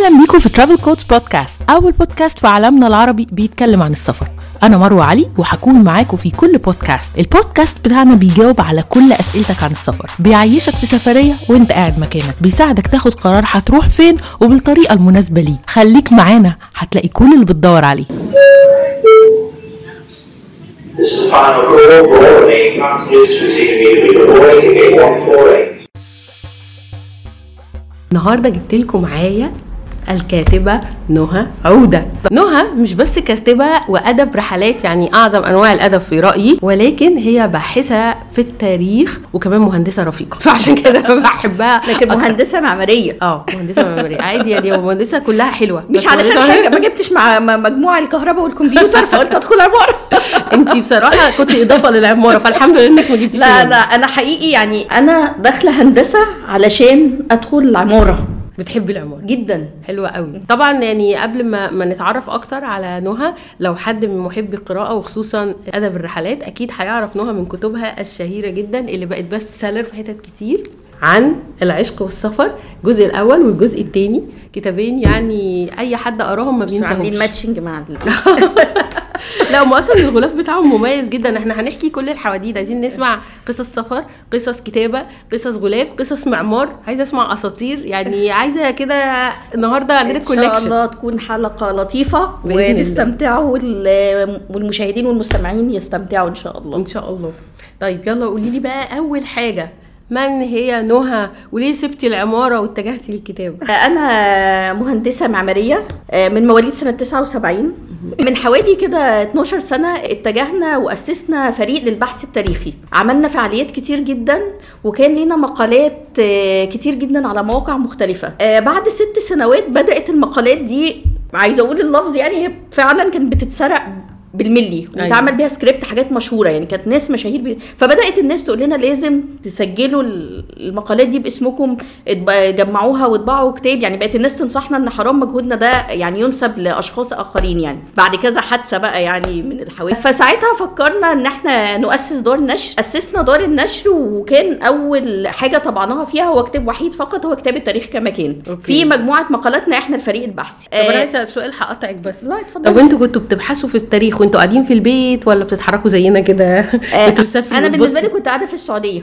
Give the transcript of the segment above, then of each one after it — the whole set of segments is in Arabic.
أهلا بيكم في ترافل كودز بودكاست، أول بودكاست في عالمنا العربي بيتكلم عن السفر. أنا مروة علي وهكون معاكم في كل بودكاست. البودكاست بتاعنا بيجاوب على كل أسئلتك عن السفر، بيعيشك في سفرية وانت قاعد مكانك، بيساعدك تاخد قرار هتروح فين وبالطريقة المناسبة ليك. خليك معانا هتلاقي كل اللي بتدور عليه. النهاردة جبت لكم معايا الكاتبة نهى عودة. نهى مش بس كاتبة وأدب رحلات، يعني أعظم أنواع الأدب في رأيي، ولكن هي باحثة في التاريخ وكمان مهندسة رفيقة، فعشان كده بحبها. لكن مهندسة معمارية. مهندسة معمارية عادي يا دي، ومهندسة كلها حلوة، مش علشان حاجة ما جبتش مع مجموعة الكهرباء والكمبيوتر فقلت أدخل عمارة. انتي بصراحة كنت إضافة للعمارة، فالحمد لله إنك ما جبتيش. لا أنا حقيقي يعني أنا داخلة هندسة علشان أدخل العمارة. بتحبي العمارة جدا، حلوة قوي. طبعا يعني قبل ما نتعرف اكتر على نهى، لو حد من محبي القراءة وخصوصا ادب الرحلات اكيد هيعرف نهى من كتبها الشهيرة جدا اللي بقت بس سيلر في حتت كتير، عن العشق والسفر، الجزء الاول والجزء الثاني، كتابين يعني اي حد قراهم ما بينساهمش. عاملين ماتشنج مع لا ما اصلا الغلاف بتاعهم مميز جدا. احنا هنحكي كل الحواديت، عايزين نسمع قصص سفر، قصص كتابة، قصص غلاف، قصص معمار، عايزه اسمع اساطير، يعني عايزه كده النهارده عندنا كولكشن. ان شاء الله تكون حلقة لطيفة ونستمتعوا والمشاهدين والمستمعين يستمتعوا ان شاء الله. ان شاء الله. طيب يلا قولي لي بقى اول حاجة، من هي نهى وليه سبتي العمارة واتجهتي للكتاب؟ أنا مهندسة معمارية من مواليد سنة 79. من حوالي كده 12 سنة اتجهنا وأسسنا فريق للبحث التاريخي. عملنا فعاليات كتير جدا وكان لنا مقالات كتير جدا على مواقع مختلفة. بعد 6 سنوات بدأت المقالات دي، عايزة أقول اللفظ يعني هي فعلا كانت بتتسرق بالملي وتعمل بيها سكريبت، حاجات مشهوره يعني كانت ناس مشاهير فبدات الناس تقول لنا لازم تسجلوا المقالات دي باسمكم، جمعوها وطبعوا كتاب. يعني بقت الناس تنصحنا ان حرام مجهودنا ده يعني ينسب لاشخاص اخرين، يعني بعد كذا حادثه بقى يعني من الحوادث. فساعتها فكرنا ان احنا نؤسس دار نشر. اسسنا دار النشر وكان اول حاجه طبعناها فيها هو كتاب وحيد فقط، هو كتاب التاريخ كما كان. في مجموعه مقالاتنا احنا الفريق البحثي. طب انا عايزه سؤال هقطعك بس. لا اتفضل. طب انتوا كنتوا بتبحثوا في التاريخ وانتوا قاعدين في البيت ولا بتتحركوا زينا كده؟ انا بالنسبه لي كنت قاعده في السعوديه.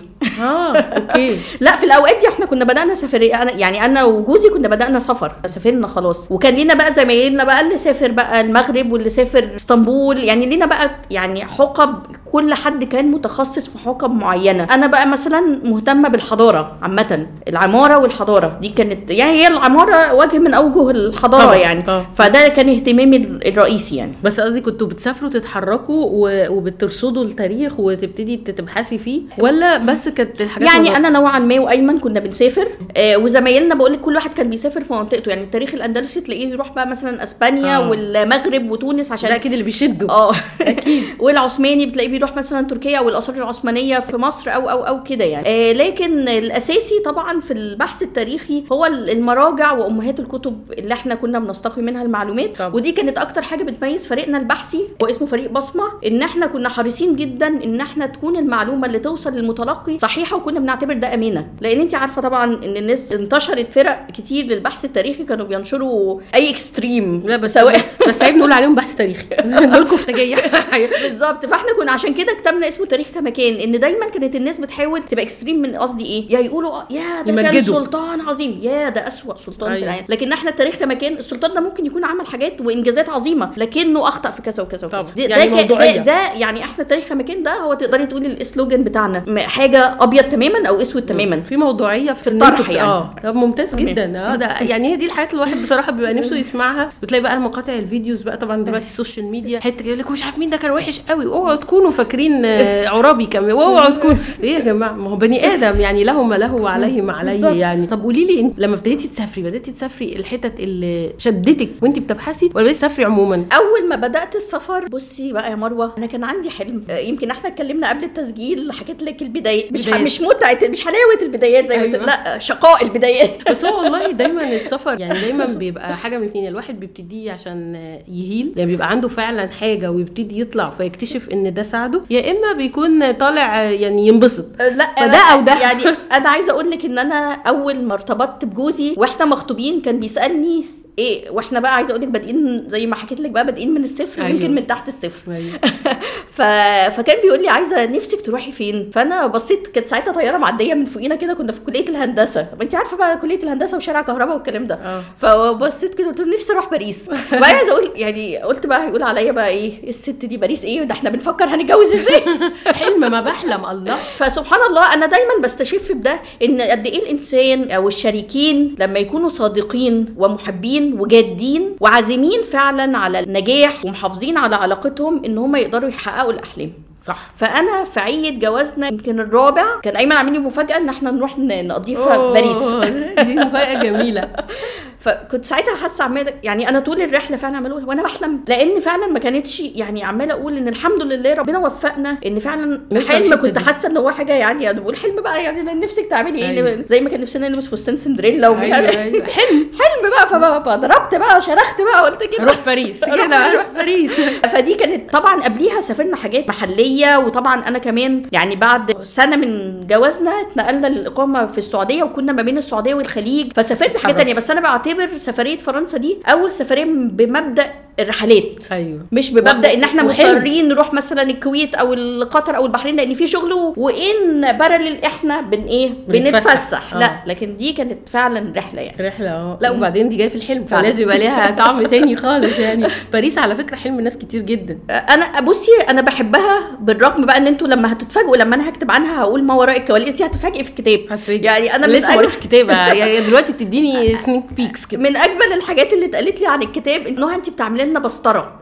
اوكي. لا في الاوقات دي احنا كنا بدانا سفريه، انا وجوزي كنا بدانا سفر، سافرنا خلاص، وكان لينا بقى زمايلنا بقى اللي سافر بقى المغرب واللي سافر اسطنبول، يعني لينا بقى يعني حقب، كل حد كان متخصص في حقب معينه. انا بقى مثلا مهتمه بالحضاره عامه، العماره والحضاره دي كانت يعني هي العماره وجه من اوجه الحضاره طبعا. يعني فده كان اهتمامي الرئيسي يعني. بس قصدي كنتوا بتسافروا تتحركوا وبترصدوا التاريخ وتبتدي تبحثي فيه، ولا بس كانت الحاجات يعني انا نوعا ما وايمن كنا بنسافر وزمايلنا بقول لك كل واحد كان بيسافر في منطقته. يعني التاريخ الاندلسي تلاقيه يروح بقى مثلا اسبانيا والمغرب وتونس، عشان ده اكيد اللي بيشدوا اكيد. والعثماني بتلاقيه بيروح مثلا تركيا والاثار العثمانيه في مصر او كده يعني. لكن الاساسي طبعا في البحث التاريخي هو المراجع وامهات الكتب اللي احنا كنا بنستقي منها المعلومات. ودي كانت اكتر حاجه بتميز فريقنا البحثي، هو اسمه فريق بصمه، ان احنا كنا حريصين جدا ان احنا تكون المعلومه اللي توصل للمتلقي صحيحه، وكنا بنعتبر ده امانه. لان انت عارفه طبعا ان الناس انتشرت فرق كتير للبحث التاريخي كانوا بينشروا اي اكستريم. لا بس عيب نقول عليهم بحث تاريخي، دول كفتاجيه بالظبط. فاحنا كنا عشان كده كتبنا اسمه تاريخ كمكان، ان دايما كانت الناس بتحاول تبقى اكستريم. من قصدي ايه؟ يا يقولوا يا ده كان سلطان عظيم، يا ده اسوأ سلطان في العالم. لكن احنا التاريخ كمكان، السلطان ده ممكن يكون عمل حاجات وانجازات عظيمه لكنه اخطا في كذا وكذا وكذا. ده يعني احنا التاريخ كمكان ده هو تقدري تقولي الاسلوجان بتاعنا، حاجه ابيض تماما او اسود تماما، في موضوعيه في الطرح يعني. طب ممتاز جدا. ده يعني هي دي الحاجات اللي الواحد بصراحه بيبقى نفسه يسمعها. وتلاقي بقى المقاطع الفيديوز بقى طبعا دلوقتي السوشيال ميديا حته يقول لك مش عارف مين ده كان وحش قوي، اوعوا تكونوا فاكرين عرابي كمان، اوعوا تكونوا ايه يا جماعه، ما هو بني ادم يعني له ما له وعليه ما عليه يعني. طب قولي لي انت لما بديتي تسافري الحتت اللي شدتك وانت بتبحثي، ولا بديتي تسافري عموما؟ اول ما بدات السفر بصي بقى يا مروه، انا كان عندي حلم، يمكن احنا اتكلمنا قبل التسجيل حكيت لك البدايات، مش متعه، مش حلاوه البدايات زي أيوة. لا شقاء البدايات. بس هو والله دايما السفر يعني دايما بيبقى حاجه من الاثنين، الواحد بيبتدي عشان يهيل، يعني بيبقى عنده فعلا حاجه ويبتدي يطلع فيكتشف ان ده ساعده، يا اما بيكون طالع يعني ينبسط. لا فده او ده يعني انا عايزه اقول لك ان انا اول ما ارتبطت بجوزي واحنا مخطوبين كان بيسالني ايه، واحنا بقى عايزه اقول لك بادئين زي ما حكيت لك بقى، بادئين من الصفر. أيوة. يمكن من تحت الصفر. أيوة. فكان بيقول لي عايزه نفسك تروحي فين؟ فانا بصيت، كانت ساعتها طياره معديه من فوقينا كده، كنا في كليه الهندسه، انت عارفه بقى كليه الهندسه وشارع كهرباء والكلام ده. فبصيت كده قلت له نفسي اروح باريس. بقى عايزه اقول يعني، قلت بقى هيقول عليا بقى ايه الست دي، باريس ايه ده، احنا بنفكر هنتجوز ازاي. حلم ما بحلم. الله. فسبحان الله انا دايما بستشف بده، ان قد ايه الانسان او الشريكين لما يكونوا صادقين ومحبين وجادين وعازمين فعلا على النجاح ومحافظين على علاقتهم، ان هم يقدروا يحققوا الاحلام. صح. فانا في عيد جوازنا يمكن الرابع كان ايمن عامل لي مفاجاه ان احنا نروح نقضيه في باريس. دي مفاجاه جميله. فكنت ساعتها حاسه عماله يعني انا طول الرحله فعلا عماله وانا بحلم، لان فعلا ما كانتش يعني عماله اقول ان الحمد لله ربنا وفقنا، ان فعلا حلم كنت حاسه ان هو حاجه يعني انا بقول حلم بقى يعني نفسك تعملي ايه. أيوة. زي ما كان نفسنا نلبس فستان سندريلا ومش عارف. أيوة. حلم بقى. فضربت بقى شرخت بقى قلت كده روح باريس كده، روح باريس. فدي كانت طبعا قبليها سافرنا حاجات محليه، وطبعا انا كمان يعني بعد سنه من جوازنا اتنقلنا للاقامه في السعوديه، وكنا ما بين السعوديه والخليج، فسافرت حاجات تانية. بس انا بعتبر سفريه فرنسا دي اول سفريه بمبدا الرحلات. ايوه. مش بمبدا ان احنا مضطرين نروح مثلا الكويت او قطر او البحرين لان في شغل، وان بارلل احنا بنتفسح. لا لكن دي كانت فعلا رحله يعني رحله. لا وبعدين دي جايه في الحلم، فلازم يبقى ليها طعم تاني خالص يعني. باريس على فكره حلم ناس كتير جدا. انا بصي انا بحبها، بالرغم بقى ان انتوا لما هتتفاجئوا لما انا هكتب عنها هقول ما وراء الكواليس، دي هتتفاجئي في الكتاب. يعني انا لسه ما قريتش كتاب يعني دلوقتي بتديني سنيك بيكس كده. من اجمل الحاجات اللي اتقالت لي عن الكتاب انه انت بتعملي لنا بسطره.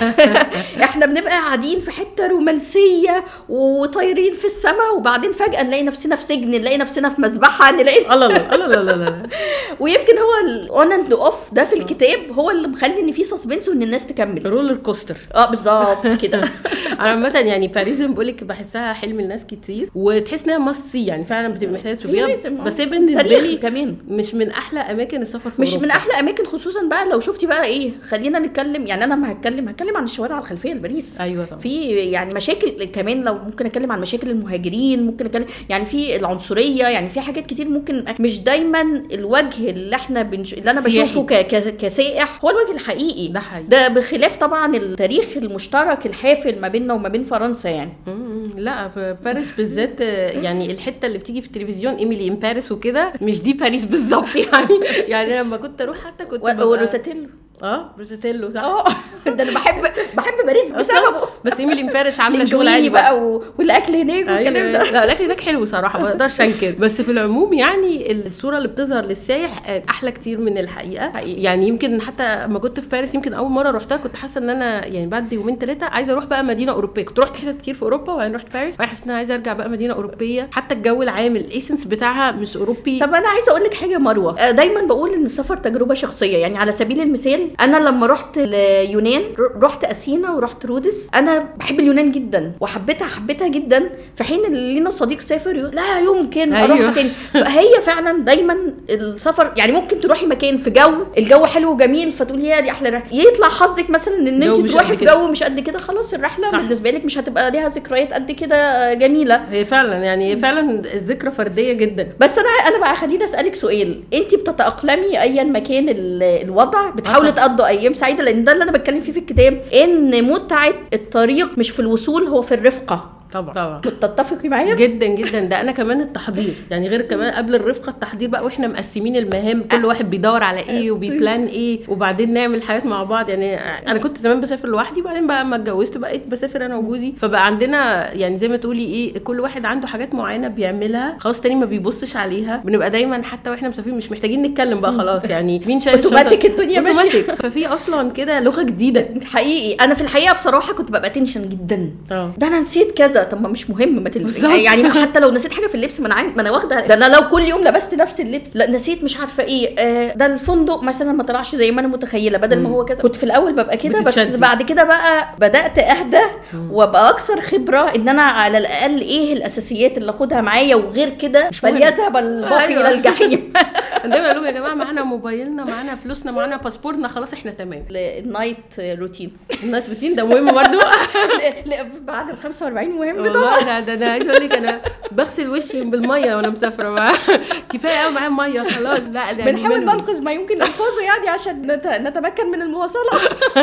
احنا بنبقى قاعدين في حته رومانسيه وطايرين في السماء، وبعدين فجاه نلاقي نفسنا في سجن، نلاقي نفسنا في مذبحه، نلاقي الله. ويمكن هو الاون اند اوف ده في الكتاب هو اللي مخلي ان في سسبنس وان الناس تكمل. رولر كوستر. بالظبط كده. انا عامه يعني باريس بقول لك بحسها حلم الناس كتير، وتحس انها ماست سي يعني فعلا بتبقى محتاجه تشوفيها. بس هي بالنسبه لي كمان مش من احلى اماكن السفر في مش من احلى اماكن، خصوصا بقى لو شفتي بقى ايه. خلينا نتكلم يعني انا ما هتكلم عن الشوارع الخلفيه لباريس. ايوه طبعا. في يعني مشاكل كمان، لو ممكن اتكلم عن مشاكل المهاجرين، ممكن اتكلم يعني في العنصريه، يعني في حاجات كتير ممكن مش دايما الوجه اللي احنا اللي انا بشوفه كسائح هو الوجه الحقيقي. ده بخلاف طبعا التاريخ المشترك الحافل ما بيننا وما بين فرنسا يعني. لا في باريس بالذات يعني الحته اللي بتيجي في التلفزيون ايميلي ان باريس وكده مش دي باريس بالظبط يعني لما كنت اروح حتى كنت وروتاتيلو. روتاتيلو صح. ده انا بحب باريس بسببه. بس ايميلي ان باريس عامله شغل عالي بقى والاكل هناك والكلام ده. لا الاكل هناك حلو صراحه ما اقدرش انكر، بس في العموم يعني الصوره اللي بتظهر للسائح احلى كتير من الحقيقه. يعني يمكن حتى لما كنت في باريس يمكن اول مره رحتها كنت حاسه ان انا يعني بعد يومين ثلاثه عايزه اروح بقى مدينه اوروبيه. كنت رحت حتت كتير في اوروبا وبعدين رحت باريس وحاسه ان انا عايزه ارجع بقى مدينه اوروبيه. حتى الجو العام الايسنس بتاعها مش اوروبي. طب انا عايزه اقول لك حاجه مروه، دايما بقول ان السفر تجربه شخصيه. يعني على سبيل المثال انا لما رحت اليونان، رحت اثينا ورحت رودس، انا بحب اليونان جدا وحبيتها جدا، في حين اللي لينا صديق سافر لا يمكن اروح تاني. فهي فعلا دايما السفر يعني ممكن تروحي مكان في الجو حلو وجميل فتقولي يا دي احلى رحله، يطلع حظك مثلا ان انت تروحي في جو مش قد كده، خلاص الرحله صح. بالنسبه لك مش هتبقى ليها ذكريات قد كده جميله. هي فعلا يعني فعلا الذكرى فرديه جدا. بس انا بقى خليني اسالك سؤال، انت بتتاقلمي ايا مكان الوضع، بتحاولي تقضوا ايام سعيده؟ لان ده اللي انا بتكلم فيه في الكتاب، ان متعه الطريق مش في الوصول، هو في الرفقه. طبعا تتفقي معايا جدا جدا. ده انا كمان التحضير يعني غير كمان قبل الرفقه التحضير بقى، واحنا مقسمين المهام، كل واحد بيدور على ايه وبيبلان ايه، وبعدين نعمل حاجات مع بعض. يعني انا كنت زمان بسافر لوحدي، بعدين بقى اما اتجوزت بقيت بسافر انا وجوزي، فبقى عندنا يعني زي ما تقولي ايه، كل واحد عنده حاجات معينه بيعملها، خلاص تاني ما بيبصش عليها. بنبقى دايما حتى واحنا مسافرين مش محتاجين نتكلم بقى، خلاص يعني مين شايل اوتوماتيك الدنيا ماشيه. ففي اصلا كده لغه جديده حقيقي. انا في الحقيقه بصراحه كنت ببقى تنشن جدا. ده انا نسيت كذا، طب ما مش مهم، ما تلبسي يعني حتى لو نسيت حاجه في اللبس ما انا واخده ده. انا لو كل يوم لبست نفس اللبس لا نسيت مش عارفه ايه، ده الفندق مثلا ما طلعش زي ما انا متخيله، بدل ما هو كذا. كنت في الاول ببقى كده، بس بعد كده بقى بدات اهدى وابقى اكثر خبره ان انا على الاقل ايه الاساسيات اللي اخدها معايا، وغير كده فليذهب الباقي الى الجحيم. دايما اقول لهم يا جماعه معانا موبايلنا، معانا فلوسنا، معانا باسبورنا، خلاص احنا تمام. النايت روتين. النايت روتين ده مهم برضو. بعد ال 45 مهم بيضه. والله ده انا عايز اقول لك انا بغسل وشي بالميه وانا مسافره بقى. كفايه قوي معايا ميه خلاص. لا ده بنحاول ننقذ ما يمكن انقاذه يعني عشان نتمكن من المواصله.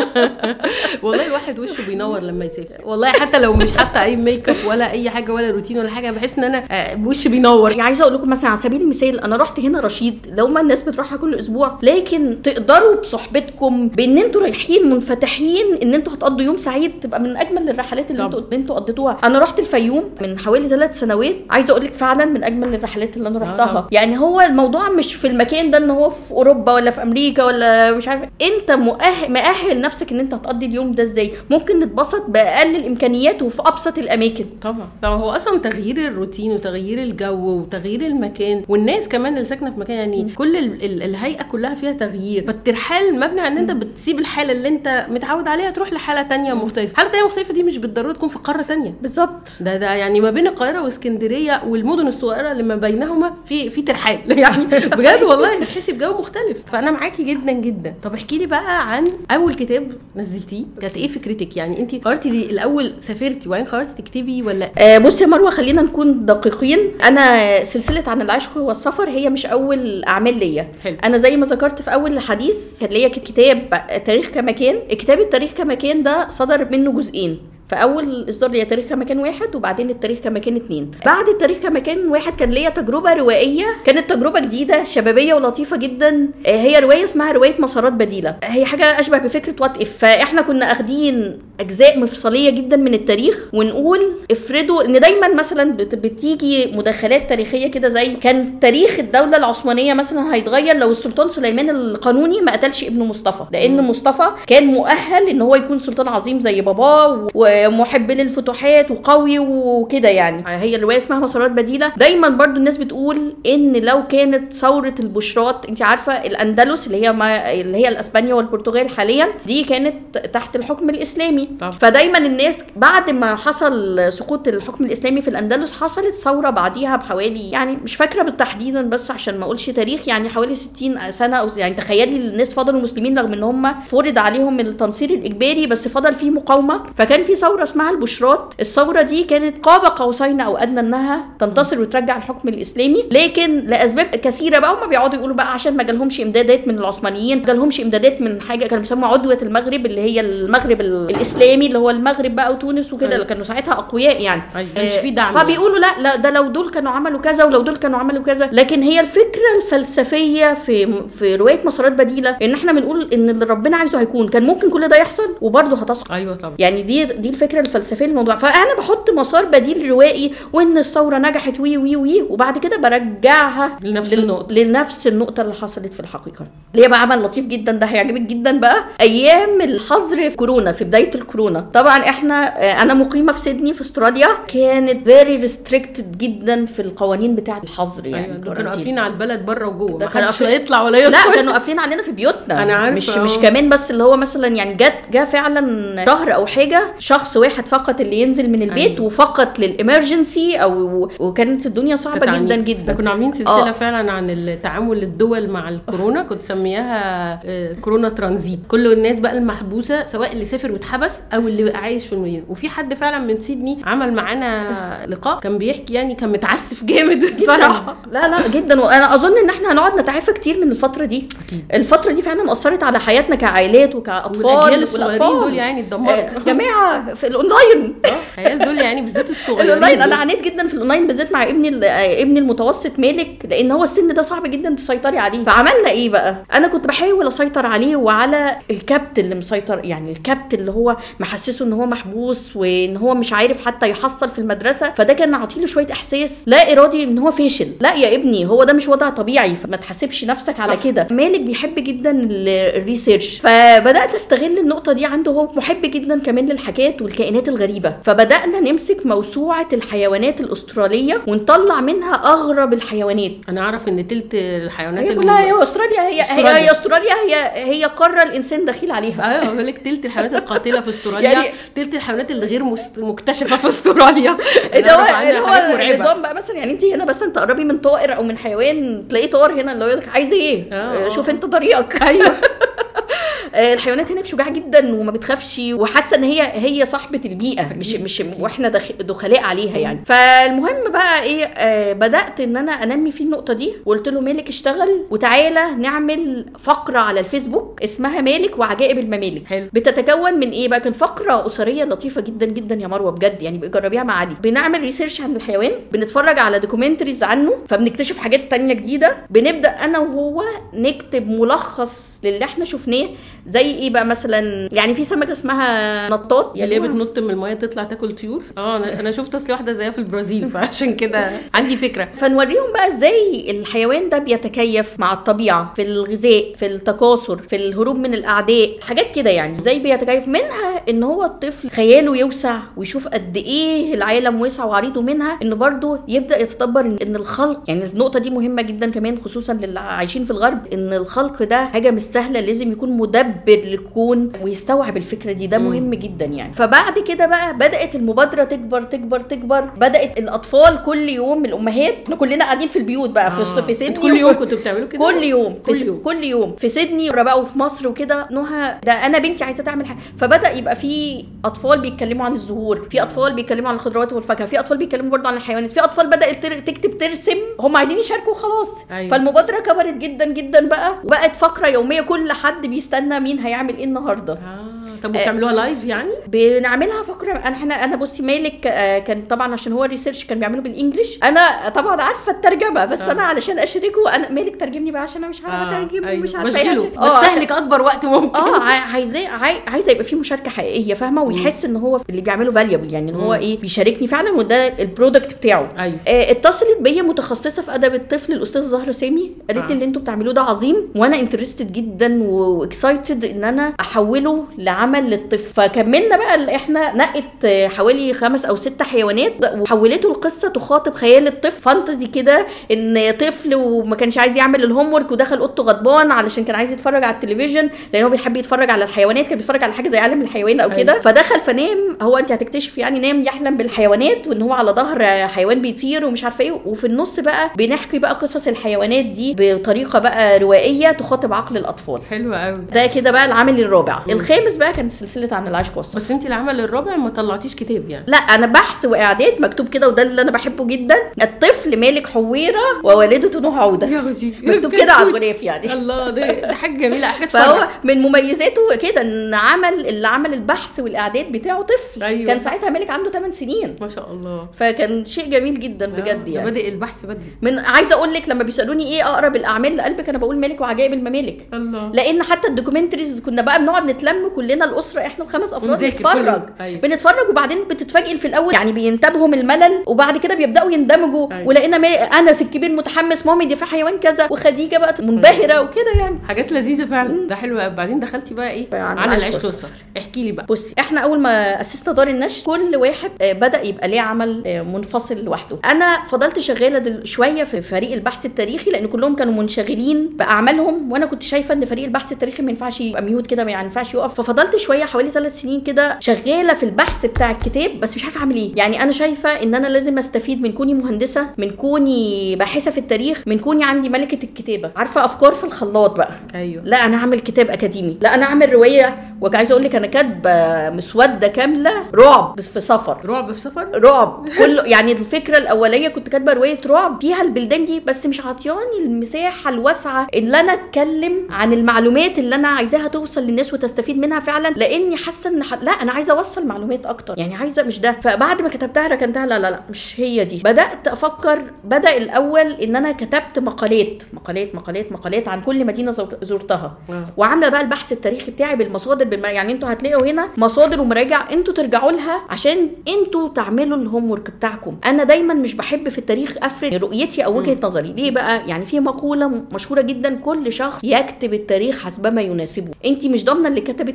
والله الواحد وشه بينور لما يسافر والله، حتى لو مش حاطه اي ميك اب ولا اي حاجه ولا روتين ولا حاجه، بحس ان انا وشي بينور. يعني عايزه اقول لكم مثلا على سبيل المثال، انا رحت هنا رشيد، لو ما الناس بتروحها كل اسبوع، لكن تقدروا بصحبتكم بان انتوا رايحين منفتحين ان انتوا هتقضوا يوم سعيد، تبقى من اجمل الرحلات اللي انتوا قضيتوها. انا رحت الفيوم من حوالي 3 سنوات، عايزه اقول لك فعلا من اجمل الرحلات اللي انا رحتها. يعني هو الموضوع مش في المكان ده ان هو في اوروبا ولا في امريكا ولا مش عارفه، انت مؤهل نفسك ان انت هتقضي اليوم ده ازاي. ممكن نتبسط باقل الامكانيات وفي ابسط الاماكن. طبعا هو اصلا تغيير الروتين وتغيير الجو وتغيير المكان، والناس كمان اللي ساكنه في مكان، يعني كل الهيئه كلها فيها تغيير. فالترحال مبني ان انت بتسيب الحاله اللي انت متعود عليها تروح لحاله تانية مختلفه. حاله تانية مختلفه دي مش بالضروره تكون في قاره تانية. بالظبط. ده يعني ما بين القاهره واسكندريه والمدن الصغيره اللي ما بينهما في ترحال. يعني بجد والله بتحسي بجو مختلف. فانا معاكي جدا جدا. طب احكي لي بقى عن اول كتاب نزلتيه، كانت ايه فكرتك؟ يعني انت قررتي الاول سافرتي وبعدين قررتي تكتبي ولا؟ بصي يا مروه، خلينا نكون دقيقين. انا سلسله عن العشق والسفر هي مش اول اعمال ليا. انا زي ما ذكرت في اول الحديث كان ليا كتاب تاريخ كمكان. الكتاب التاريخ كمكان ده صدر منه جزئين. فاول اصدار ليا تاريخ كمكان 1، وبعدين التاريخ كمكان 2. بعد التاريخ كمكان 1 كان ليا تجربه روائيه، كانت تجربه جديده شبابيه ولطيفه جدا. هي روايه اسمها روايه مسارات بديله. هي حاجه اشبه بفكره وات اف. فاحنا كنا اخدين اجزاء مفصليه جدا من التاريخ ونقول افرضوا ان دايما مثلا بتيجي مداخلات تاريخيه كده، زي كان تاريخ الدوله العثمانيه مثلا هيتغير لو السلطان سليمان القانوني ما قتلش ابنه مصطفى، لان مصطفى كان مؤهل ان هو يكون سلطان عظيم زي باباه ومحب للفتوحات وقوي وكده. يعني هي الروايه اسمها مسارات بديله. دايما برضو الناس بتقول ان لو كانت ثوره البشرات، انت عارفه الاندلس اللي هي الاسبانيا والبرتغال حاليا، دي كانت تحت الحكم الاسلامي. فدايما الناس بعد ما حصل سقوط الحكم الاسلامي في الاندلس حصلت ثوره بعديها بحوالي، يعني مش فاكره بالتحديدا بس عشان ما اقولش تاريخ، يعني حوالي 60 سنه او يعني تخيلي الناس فضلوا مسلمين رغم ان هم فرض عليهم التنصير الاجباري، بس فضل في مقاومه. فكان في ثوره اسمها البشرات. الثوره دي كانت قاب قوسين او ادنى انها تنتصر وترجع الحكم الاسلامي، لكن لاسباب كثيره بقى. هم بيقعدوا يقولوا بقى عشان ما جالهمش امدادات من العثمانيين، ما جالهمش امدادات من حاجه كانوا بيسموها عدوه المغرب، اللي هي المغرب الاسلامي اللي هو المغرب بقى وتونس وكده، اللي كانوا ساعتها اقوياء يعني. مش في دعم. فبيقولوا لا ده لو دول كانوا عملوا كذا ولو دول كانوا عملوا كذا. لكن هي الفكره الفلسفيه في روايه مسارات بديله ان احنا بنقول ان اللي ربنا عايزه هيكون. كان ممكن كل ده يحصل وبرضه هتصل. ايوه طبعا. يعني دي الفكره الفلسفيه للموضوع. فانا بحط مسار بديل روائي وان الثوره نجحت وي وبعد كده برجعها لنفس النقطه اللي حصلت في الحقيقه. اللي هي بقى عمل لطيف جدا، ده هيعجبك جدا بقى. ايام الحظر في كورونا، في بدايه الكورونا، طبعا انا مقيمه في سيدني في استراليا، كانت فيري ريستريكتد جدا في القوانين بتاعه الحظر. يعني كانوا قافلين على البلد بره وجوه، ما حدش يطلع ولا يدخل. لا كانوا قافلين علينا في بيوتنا. انا عارفه. مش كمان بس اللي هو مثلا يعني جاء فعلا شهر او حاجه شخص واحد فقط اللي ينزل من البيت. أيوة. وفقط للإمرجنسي وكانت الدنيا صعبه جدا جدا. كنا عاملين سلسله فعلا عن التعامل الدول مع الكورونا، كنت سميها كورونا ترانزيت. كل الناس بقى المحبوسه، سواء اللي سافر واتحبس او اللي بقى عايش في المدينه. وفي حد فعلا من سيدني عمل معانا لقاء كان بيحكي، يعني كان متعسف جامد الصراحه. لا جدا. وانا اظن ان احنا هنقعد نتعافى كتير من الفتره دي. أكيد. الفتره دي فعلا اثرت على حياتنا كعائلات وكاطفال. والاجيال الصغيرين دول يعني اتدمروا جماعه في الاونلاين. العيال دول يعني بالذات الصغيرين الاونلاين. انا عانيت جدا في الاونلاين بالذات مع ابني المتوسط مالك، لان هو السن ده صعب جدا تسيطري عليه. فعملنا ايه بقى؟ انا كنت بحاول اسيطر عليه وعلى الكبت اللي مسيطر، يعني الكبت اللي هو محسسه ان هو محبوس وان هو مش عارف حتى يحصل في المدرسه. فده كان عاطيله شويه احساس لا ارادي ان هو فاشل. لا يا ابني، هو ده مش وضع طبيعي، فما تحاسبش نفسك على كده. مالك بيحب جدا الريسيرش، فبدات استغل النقطه دي عنده. هو محب جدا كمان للحكايات والكائنات الغريبه. فبدانا نمسك موسوعه الحيوانات الاستراليه ونطلع منها اغرب الحيوانات. انا اعرف ان تلت الحيوانات هي كلها هي استراليا. هي استراليا هي قاره الانسان دخيل عليها. ايوه بقول لك تلت الحيوانات القاتله في استراليا، يعني تلت الحيوانات اللي غير مكتشفه في استراليا. ده هو النظام بقى. مثلا يعني انت هنا بس انت تقربي من طائر او من حيوان تلاقيه طائر هنا اللي يقول لك عايز ايه، شوف انت طريقك. ايوه. الحيوانات هناك شجاعه جدا وما بتخافش وحاسه ان هي صاحبه البيئه، مش واحنا دخلاء عليها يعني. فالمهم بقى ايه، بدات ان انا انمي في النقطه دي، وقلت له مالك اشتغل وتعالى نعمل فقره على الفيسبوك اسمها مالك وعجائب الممالك. حلو. بتتكون من ايه بقى؟ كان فقره اسريه لطيفه جدا جدا يا مروه بجد، يعني جربيها مع عادي. بنعمل ريسيرش عن الحيوان، بنتفرج على دوكيومنتريز عنه، فبنكتشف حاجات تانية جديده، بنبدا انا وهو نكتب ملخص للي احنا شفناه. زي ايه بقى مثلا؟ يعني في سمكه اسمها نطاط اللي هي بتنط من الميه تطلع تاكل طيور. انا شفت اصل واحده زيها في البرازيل، فعشان كده عندي فكره. فنوريهم بقى ازاي الحيوان ده بيتكيف مع الطبيعه في الغذاء، في التكاثر، في الهروب من الاعداء، حاجات كده يعني. ازاي بيتكيف منها ان هو الطفل خياله يوسع ويشوف قد ايه العالم واسع وعريض، ومنها انه برضه يبدا يتدبر ان الخلق، يعني النقطه دي مهمه جدا كمان خصوصا للي عايشين في الغرب، ان الخلق ده حاجه مش سهله، لازم يكون مدبر للكون ويستوعب الفكره دي. ده مهم جدا يعني. فبعد كده بقى بدات المبادره تكبر تكبر تكبر. بدات الاطفال كل يوم، الامهات، احنا كلنا قاعدين في البيوت بقى في سيدني. كل يوم كنتوا بتعملوا كده؟ كل يوم في سيدني بقى وفي مصر وكده. نهى ده انا بنتي عايزه تعمل حاجه. فبدا يبقى في اطفال بيتكلموا عن الزهور، في اطفال بيتكلموا عن الخضروات والفاكهه، في اطفال بيتكلموا برضه عن الحيوانات، في اطفال بدات تكتب ترسم، هم عايزين يشاركوا خلاص. أيوة. فالمبادره كبرت جدا جدا بقى، وبقت فقره يوميه، كل حد بيستنى مين هيعمل ايه النهارده. طب وبتعملوها لايف يعني؟ بنعملها فقره. انا بصي مالك كان طبعا عشان هو ريسيرش كان بيعمله بالانجلش، انا طبعا عارفه الترجمه بس انا علشان اشاركه انا مالك ترجمني بقى عشان انا مش عارفه اترجم. أيوة. ومش عارفه بستهلك اكبر وقت ممكن. عايزه يبقى في مشاركه حقيقيه، فاهمه؟ ويحس ان هو اللي بيعمله فاليبل، يعني ان هو ايه بيشاركني فعلا وده البرودكت بتاعه. أيوة. اتصلت بيا متخصصه في ادب الطفل الاستاذ زهره سامي، قالت لي اللي انتوا بتعملوه ده عظيم، وانا انترستد جدا واكسايتد ان انا احوله لعمل للطفل. فكملنا بقى، احنا نقت حوالي 5 أو 6 حيوانات وحولته القصه تخاطب خيال الطفل، فانتزي كده، ان طفل وما كانش عايز يعمل الهوم ورك ودخل اوضته غضبان علشان كان عايز يتفرج على التلفزيون، لان هو بيحب يتفرج على الحيوانات، كان بيتفرج على حاجه زي عالم الحيوان او كده. فدخل فنام، هو انت هتكتشف يعني نام يحلم بالحيوانات، وان هو على ظهر حيوان بيطير ومش عارفه ايه. وفي النص بقى بنحكي بقى قصص الحيوانات دي بطريقه بقى روائيه تخاطب عقل الاطفال. حلو قوي. ده كده بقى العمل الرابع. الخامس بقى كان سلسله عن العيش قصه. بس انت العمل الرابع ما طلعتيش كتاب يعني؟ لا، انا بحث واعداد مكتوب كده، وده اللي انا بحبه جدا. الطفل مالك حويره ووالدته نوح عوده، مكتوب كده على الغلاف يعني. الله، ده حاجه جميله، حاجه فهو من مميزاته كده ان اللي عمل البحث والاعداد بتاعه طفل. أيوة. كان ساعتها مالك عنده 8 سنين ما شاء الله. فكان شيء جميل جدا بجد يعني. بدأ البحث بدري. من عايزه اقول لك لما بيسالوني ايه اقرب الاعمال لقلبك، انا بقول مالك وعجائب الممالك. الله. لان حتى الدوكيومنتريز كنا بقى بنقعد نتلم كلنا الاسره، احنا ال5 افراد نتفرج. أيوة. بنتفرج وبعدين بتتفاجئ في الاول، يعني بينتبهوا من الملل وبعد كده بيبداوا يندمجوا. أيوة. ولقينا انس الكبير متحمس، مامي دي في حيوان كذا، وخديجه بقى منبهره وكده يعني. حاجات لذيذه فعلا. ده حلو قوي. بعدين دخلتي بقى ايه عن العيش قصه؟ احكي لي بقى. بصي، احنا اول ما اسسنا دار النشر كل واحد بدا يبقى ليه عمل منفصل لوحده. انا فضلت شغاله شويه في فريق البحث التاريخي لان كلهم كانوا منشغلين باعمالهم، وانا كنت شايفه ان فريق البحث التاريخي ما ينفعش يبقى ميوت كده، ما ينفعش يقف. ففضلت شويه حوالي 3 سنين كده شغاله في البحث بتاع الكتاب، بس مش عارفه اعمل ايه. يعني انا شايفه ان انا لازم استفيد من كوني مهندسه، من كوني باحثه في التاريخ، من كوني عندي ملكه الكتابه، عارفه افكار في الخلاط بقى. ايوه. لا انا اعمل كتاب اكاديمي، لا انا اعمل روايه. وعايزه اقول لك انا كاتبه مسوده كامله رعب في سفر. رعب في سفر؟ رعب كله يعني. الفكره الاوليه كنت كاتبه روايه رعب فيها البلدان دي، بس مش عطياني المساحه الواسعه اللي انا اتكلم عن المعلومات اللي انا عايزاها توصل للناس وتستفيد منها فعلا، لاني حاسه ان لا انا عايزه اوصل معلومات اكتر، يعني عايزه مش ده. فبعد ما كتبتها ركنتها، لا مش هي دي. بدات افكر. بدا الاول ان انا كتبت مقالات عن كل مدينه زرتها، وعامله بقى البحث التاريخي بتاعي بالمصادر يعني انتوا هتلاقوا هنا مصادر ومراجع انتوا ترجعوا لها عشان انتوا تعملوا الهوم ورك بتاعكم. انا دايما مش بحب في التاريخ افرد رؤيتي او وجهه نظري. ليه بقى؟ يعني في مقوله مشهوره جدا، كل شخص يكتب التاريخ حسب ما يناسبه. انت مش ضامنه اللي كتب التاريخ ده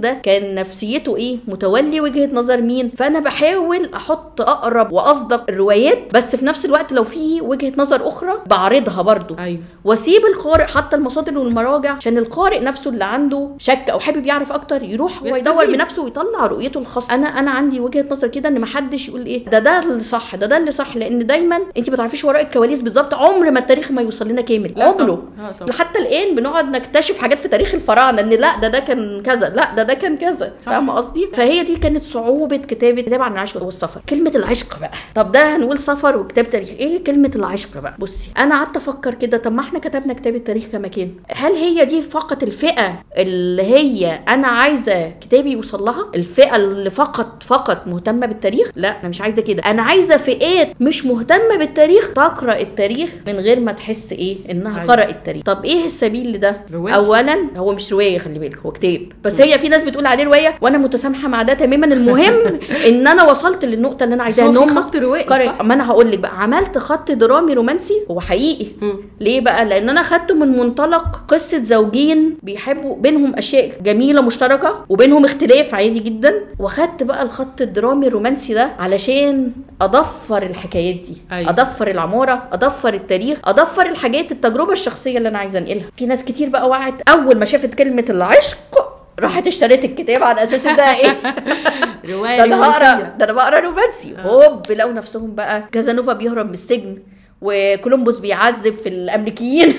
ده كان نفسيته ايه، متولي وجهة نظر مين. فانا بحاول احط اقرب واصدق الروايات، بس في نفس الوقت لو في وجهة نظر اخرى بعرضها برضو. أيوة. واسيب القارئ حتى المصادر والمراجع، عشان القارئ نفسه اللي عنده شك او حابب يعرف اكتر يروح ويدور بنفسه ويطلع رؤيته الخاصه. انا عندي وجهة نظر كده، ان محدش يقول ايه ده اللي صح، ده اللي صح، لان دايما انت ما تعرفيش وراء الكواليس بالظبط. عمر ما التاريخ ما يوصل لنا كامل، عمره. حتى الان بنقعد نكتشف حاجات في تاريخ الفراعنه، ان لا ده كان كذا، لا ده كان كذا. فاهمه قصدي؟ فهي دي كانت صعوبه كتاب عن العشق والسفر. كلمه العشق بقى، طب ده هنقول سفر وكتاب تاريخ، ايه كلمه العشق بقى؟ بصي انا قعدت افكر كده، طب ما احنا كتبنا كتاب التاريخ كما كان، هل هي دي فقط الفئه اللي هي انا عايزه كتابي يوصل لها، الفئه اللي فقط مهتمه بالتاريخ؟ لا انا مش عايزه كده. انا عايزه فئات مش مهتمه بالتاريخ تقرا التاريخ من غير ما تحس ايه انها قرأت التاريخ. طب ايه السبيل لده؟ اولا هو مش روايه، خلي بالك هو كتاب، بس هي في ناس بتقول عليه روايه وانا متسامحه مع ده تماما. المهم ان انا وصلت للنقطه اللي انا عايزاها، ان هم خط روائي. ما انا هقول لك بقى، عملت خط درامي رومانسي هو حقيقي. ليه بقى؟ لان انا خدته من منطلق قصه زوجين بيحبوا، بينهم اشياء جميله مشتركه وبينهم اختلاف عادي جدا، واخدت بقى الخط الدرامي الرومانسي ده علشان اضفر الحكايات دي. أيوة. اضفر العماره، اضفر التاريخ، اضفر الحاجات، التجربه الشخصيه اللي انا عايزه انقلها. في ناس كتير بقى وقعت اول ما شافت كلمه العشق راحت اشتريت الكتاب على اساس ده ايه روايه رومانسيه، ده انا بقرا رومانسي. هوب لقوا نفسهم بقى كازانوفا بيهرب من السجن، وكولومبوس بيعذب في الامريكيين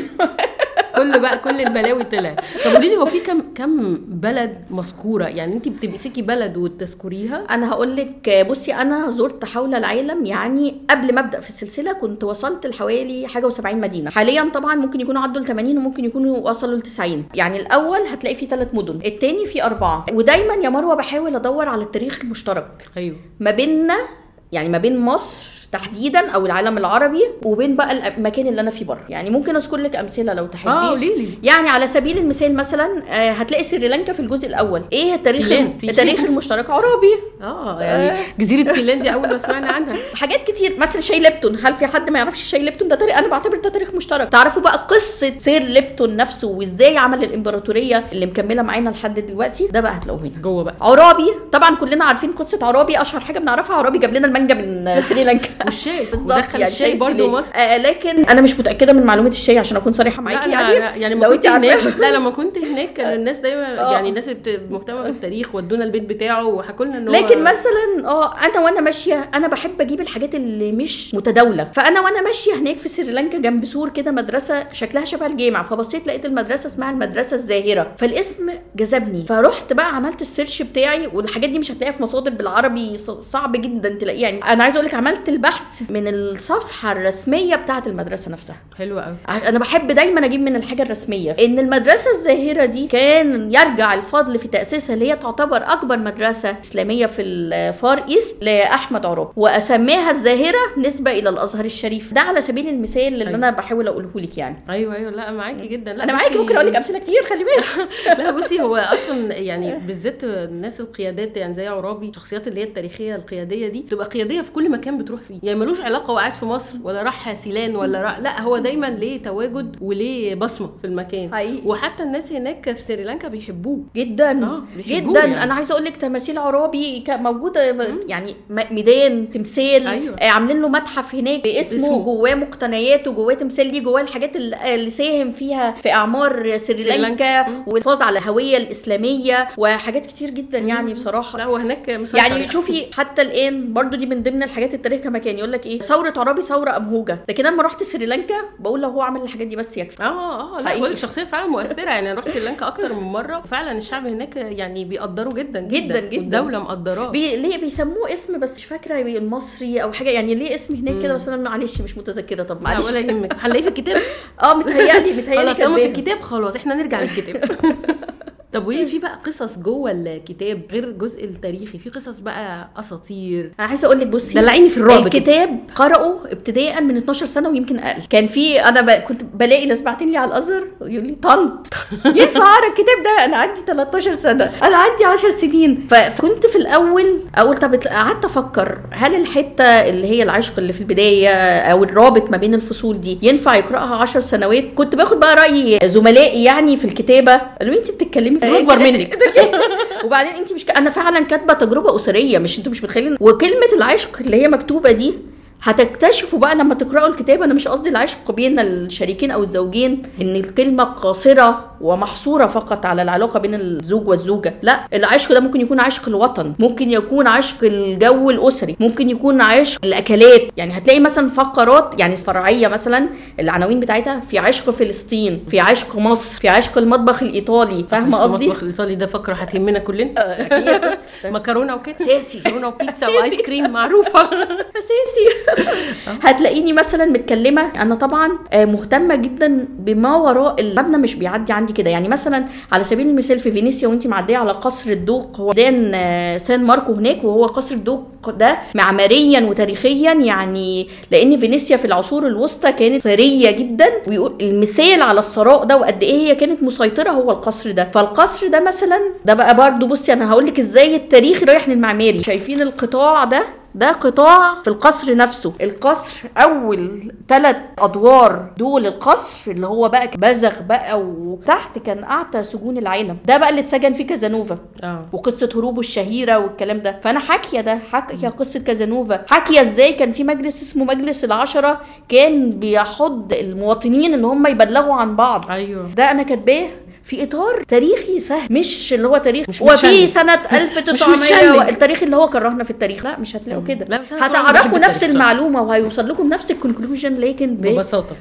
كل البلاوي طلع. طب قولي لي، هو في كم بلد مذكوره؟ يعني انت بتمسكي بلد وتذكريها؟ انا هقول لك، بصي انا زرت حول العالم، يعني قبل ما ابدا في السلسله كنت وصلت لحوالي حاجه و70 مدينه. حاليا طبعا ممكن يكونوا عدوا ل80 وممكن يكونوا وصلوا ل90. يعني الاول هتلاقي فيه 3 مدن، الثاني فيه 4. ودايما يا مروه بحاول ادور على التاريخ المشترك. ايوه. ما بيننا، يعني ما بين مصر تحديدا او العالم العربي وبين بقى المكان اللي انا فيه بره. يعني ممكن اذكر لك امثله لو تحبي. يعني على سبيل المثال مثلا هتلاقي سريلانكا في الجزء الاول. ايه التاريخ المشترك عربي. يعني جزيره سيلان دي اول ما سمعنا عنها. حاجات كتير، مثلا شاي ليبتون. هل في حد ما يعرفش شاي ليبتون؟ ده تاريخ، انا بعتبر ده تاريخ مشترك. تعرفوا بقى قصه سير ليبتون نفسه وازاي عمل الامبراطوريه اللي مكمله معانا لحد دلوقتي؟ ده بقى هتلاقوه هنا جوه بقى. عرابي طبعا كلنا عارفين قصه عرابي، اشهر حاجه بنعرفها عرابي جاب لنا المانجا من سريلانكا والشاي بالظبط. يعني الشاي برضه مصر. لكن انا مش متاكده من معلومات الشاي عشان اكون صريحه معاكي. يعني لو كنت هناك لما كنت هناك كان الناس دايما يعني الناس اللي مهتمه بالتاريخ ودونا البيت بتاعه وحكوا لنا انه لكن مثلا انا وانا ماشيه انا بحب اجيب الحاجات اللي مش متداوله. فانا وانا ماشيه هناك في سريلانكا جنب سور كده مدرسه شكلها شبه الجامع، فبصيت لقيت المدرسه اسمها المدرسه الزاهره، فالاسم جذبني. فرحت بقى عملت السيرش بتاعي، والحاجات دي مش هتلاقيها في مصادر بالعربي، صعب جدا تلاقيها. يعني انا عايزه اقول لك عملت البحث من الصفحه الرسميه بتاعه المدرسه نفسها. حلوه قوي. انا بحب دايما اجيب من الحاجه الرسميه. ان المدرسه الزاهره دي كان يرجع الفضل في تاسيسها، اللي هي تعتبر اكبر مدرسه اسلاميه في الفار ايست، لاحمد عرابي، واسميها الزاهره نسبه الى الازهر الشريف. ده على سبيل المثال اللي أيوة. انا بحاول اقوله لك يعني. ايوه لا معاكي جدا. لا انا معاكي، ممكن اقول لك امثله كتير، خلي بالك. لا بصي، هو اصلا يعني بالذات الناس القيادات يعني زي عرابي، الشخصيات اللي هي التاريخيه القياديه دي تبقى قياديه في كل مكان بتروح فيه. يعني ملوش علاقه وقعد في مصر ولا راح سيلان ولا لا، هو دايما ليه تواجد وليه بصمه في المكان. حقيقي. وحتى الناس هناك في سريلانكا بيحبوه جدا جدا. يعني. انا عايزه اقول لك تماثيل عرابي موجوده يعني ميدان تمثال. أيوة. عاملين له متحف هناك باسمه، جواه مقتنياته، جواه تمثال ليه، جواه الحاجات اللي ساهم فيها في اعمار سريلانكا والحفاظ على الهويه الاسلاميه وحاجات كتير جدا. يعني بصراحه لا، وهناك يعني شوفي حتى الان برضو دي من ضمن الحاجات التاريخ كما كان يقول لك ايه، ثوره عرابي ثوره امهوجه. لكن انا لما رحت سريلانكا بقول لو هو عمل الحاجات دي بس يكفي. لا هو الشخصيه فعلا مؤثره. يعني انا رحت سريلانكا اكتر من مره، فعلا الشعب هناك يعني بيقدروا جدا جدا جدا. والدوله مقدراه. ليه بيسموه اسم بس مش فاكره المصري او حاجه، يعني ليه اسم هناك كده، بس انا معلش مش متذكره. طب معلش ولا يهمك، هنلاقيه في الكتاب. متهيألي خلاص في الكتاب. خلاص احنا نرجع للكتاب. طب وايه في بقى قصص جوه الكتاب غير الجزء التاريخي؟ في قصص بقى اساطير. انا عايزه اقول لك بصي، دلعيني في الرعب. الكتاب قرأه ابتداء من 12 سنه ويمكن اقل. كان في انا كنت بلاقي ناس باعتين لي على الازهر يقول لي طنط ينفع اقرا الكتاب ده؟ انا عندي 13 سنه، انا عندي 10 سنين. فكنت في الاول اقول طب قعدت افكر هل الحته اللي هي العشق اللي في البدايه او الرابط ما بين الفصول دي ينفع يقراها 10 سنوات؟ كنت باخد بقى راي زملائي يعني في الكتابه، قالوا لي انت بتتكلمي انت اكبر منك. وبعدين انت مش انا فعلا كاتبه تجربه اسريه، مش انتوا مش متخيلين. وكلمه العشق اللي هي مكتوبه دي هتكتشفوا بقى لما تقرأوا الكتاب. انا مش قصدي العشق بين الشريكين او الزوجين ان الكلمة قاصرة ومحصورة فقط على العلاقة بين الزوج والزوجة، لا، العشق ده ممكن يكون عشق الوطن، ممكن يكون عشق الجو الاسري، ممكن يكون عشق الاكلات. يعني هتلاقي مثلا فقرات يعني فرعية مثلا العناوين بتاعتها في عشق فلسطين، في عشق مصر، في عشق المطبخ الايطالي. فاهمة قصدي؟ المطبخ الايطالي ده فقرة هتهمنا كلنا اكيد. مكرونة وكده اساسي، مكرونة وبيتزا وايس كريم معروفة اساسي. هتلاقيني مثلا متكلمه انا طبعا مهتمه جدا بما وراء المبنى، مش بيعدي عندي كده. يعني مثلا على سبيل المثال في فينيسيا وانت معديه على قصر الدوق، هو دان سان ماركو هناك، وهو قصر الدوق ده معماريا وتاريخيا يعني، لان فينيسيا في العصور الوسطى كانت ثريه جدا، ويقول المثال على الثراء ده وقد ايه هي كانت مسيطره هو القصر ده. فالقصر ده مثلا ده بقى برضو، بصي انا هقول لك ازاي التاريخ رايح للمعماري. شايفين القطاع ده قطاع في القصر نفسه. القصر اول 3 ادوار دول القصر اللي هو بقى بزغ بقى، وتحت كان اعتى سجون العالم، ده بقى اللي اتسجن فيه كازانوفا وقصه هروبه الشهيره والكلام ده. فانا حاكيه قصه كازانوفا، حاكيه ازاي كان في مجلس اسمه مجلس ال10 كان بيحض المواطنين ان هم يبلغوا عن بعض. ايوه ده انا كاتباه في اطار تاريخي سهل، مش اللي هو تاريخ وفي سنه 1900 التاريخ اللي هو كرهنا في التاريخ. لا مش هتلاقوا كده، هتعرفوا نفس المعلومه وهيوصل لكم نفس الكونكلوجن، لكن ببساطه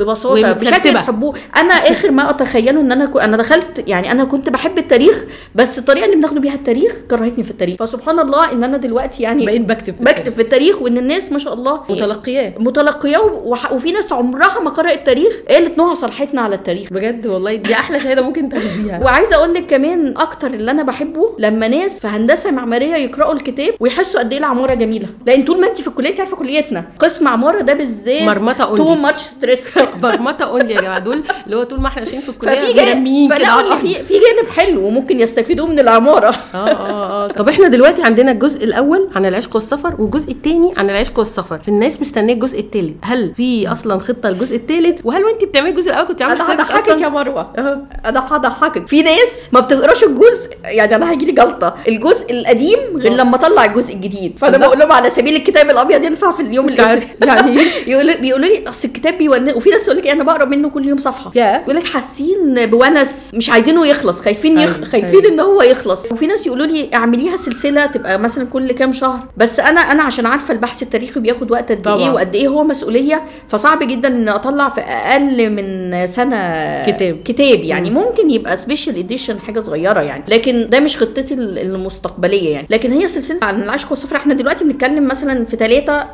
بشكل تحبوه. انا اخر ما اتخيله ان انا دخلت، يعني انا كنت بحب التاريخ، بس الطريقه اللي بناخده بيها التاريخ كرهتني في التاريخ. فسبحان الله ان انا دلوقتي يعني بقيت بكتب في التاريخ، وان الناس ما شاء الله متلقياه وفي ناس عمرها ما قرأت تاريخ قالت نوها صلحتنا على التاريخ. بجد والله دي احلى شهاده ممكن تاخديها. وعايزه اقول لك كمان اكتر اللي انا بحبه لما ناس في هندسه معماريه يقرأوا الكتاب ويحسوا قد ايه العماره جميله، لان طول ما انت في الكليه عارفه كليتنا قسم عماره ده بالذات مرمطه تو ماتش ستريس مرمطه يا جماعه دول اللي هو طول ما احنا ماشيين في الكليه مرميين كده على الارض. في جانب حلو وممكن يستفيدوا من العماره. طب احنا دلوقتي عندنا الجزء الاول عن العشق والسفر، والجزء الثاني عن العشق والسفر. الناس مستنيه الجزء الثالث، هل في اصلا خطه للجزء الثالث؟ وهل وانت بتعملي الجزء الاول كنت عامله انا هضحكك يا مروه، انا هضحكك. في ناس ما بتقراش الجزء، يعني انا هيجي لي جلطه الجزء القديم غير لما اطلع الجزء الجديد. فانا بقول لهم على سبيل الكتاب الابيض ينفع في اليوم الاسود يعني بيقولوا لي اصل الكتاب بيونس، وفي ناس تقول لك انا بقرا منه كل يوم صفحه، يقول لك حاسين بونس، مش عايزينه يخلص، خايفين خايفين ان هو يخلص. وفي ناس يقولوا لي اعمليها سلسله تبقى مثلا كل كام شهر، بس انا عشان عارفه البحث التاريخي بياخد وقت قد ايه وقد ايه هو مسؤوليه، فصعب جدا ان اطلع في اقل من سنه كتاب يعني. ممكن يبقى سبيشال اديشن حاجه صغيره يعني، لكن ده مش خطتي المستقبليه يعني. لكن هي سلسله عن العشق والسفر. احنا دلوقتي بنتكلم مثلا في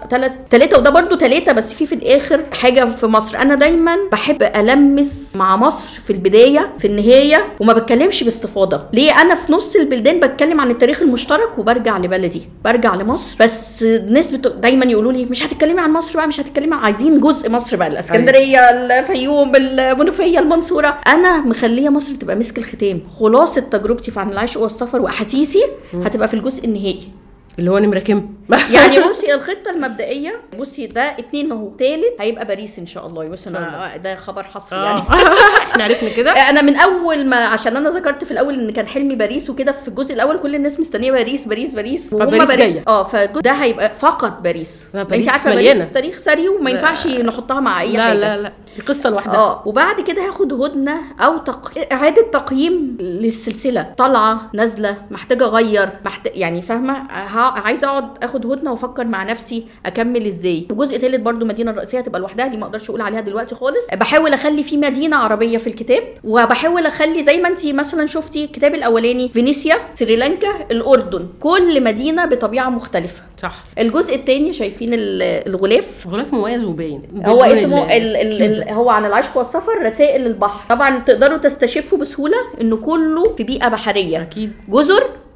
3 وده برضو 3 بس في الاخر حاجه في مصر. انا دايما بحب ألمس مع مصر في البداية في النهاية، وما بتكلمش باستفاضة. ليه؟ أنا في نص البلدان بتكلم عن التاريخ المشترك وبرجع لبلدي، برجع لمصر. بس الناس دايما يقولوا لي مش هتتكلمي عن مصر بقى، مش هتتكلمي، عايزين جزء مصر بقى، الاسكندرية الفيوم المنوفية المنصورة. أنا مخلية مصر تبقى مسك الختام. خلاصة تجربتي في عن العشق والسفر وأحاسيسي هتبقى في الجزء النهائي اللي هو نمرة كام يعني. بصي الخطة المبدئية، بصي ده 2 اهو، 3 هيبقى باريس ان شاء الله. بس انا ده خبر حصري يعني احنا عرفنا كده. انا من اول ما، عشان انا ذكرت في الاول ان كان حلمي باريس وكده، في الجزء الاول كل الناس مستنيه باريس باريس باريس، فباريس جايه. فده هيبقى فقط باريس. انت عارفه باريس تاريخ سري وما ينفعش نحطها مع اي حاجه. لا دي قصه لوحدها. وبعد كده هاخد هدنه او اعاده تقييم للسلسله، طالعه نازله، محتاجه اغير، يعني فاهمه، عايزه اقعد اخد هدنه وافكر مع نفسي اكمل ازاي. وجزء ثالث برضو المدينه الرئيسيه هتبقى لوحدها، دي ما اقدرش اقول عليها دلوقتي خالص. بحاول اخلي في مدينه عربيه في الكتاب، وبحاول اخلي زي ما انت مثلا شفتي الكتاب الاولاني فينيسيا، سريلانكا، الاردن، كل مدينه بطبيعه مختلفه. صح. الجزء الثاني شايفين الغلاف مميز وباين، هو اسمه هو عن العشق والسفر، رسائل البحر. طبعا تقدروا تستشفوا بسهوله انه كله في بيئه بحريه، اكيد، جزر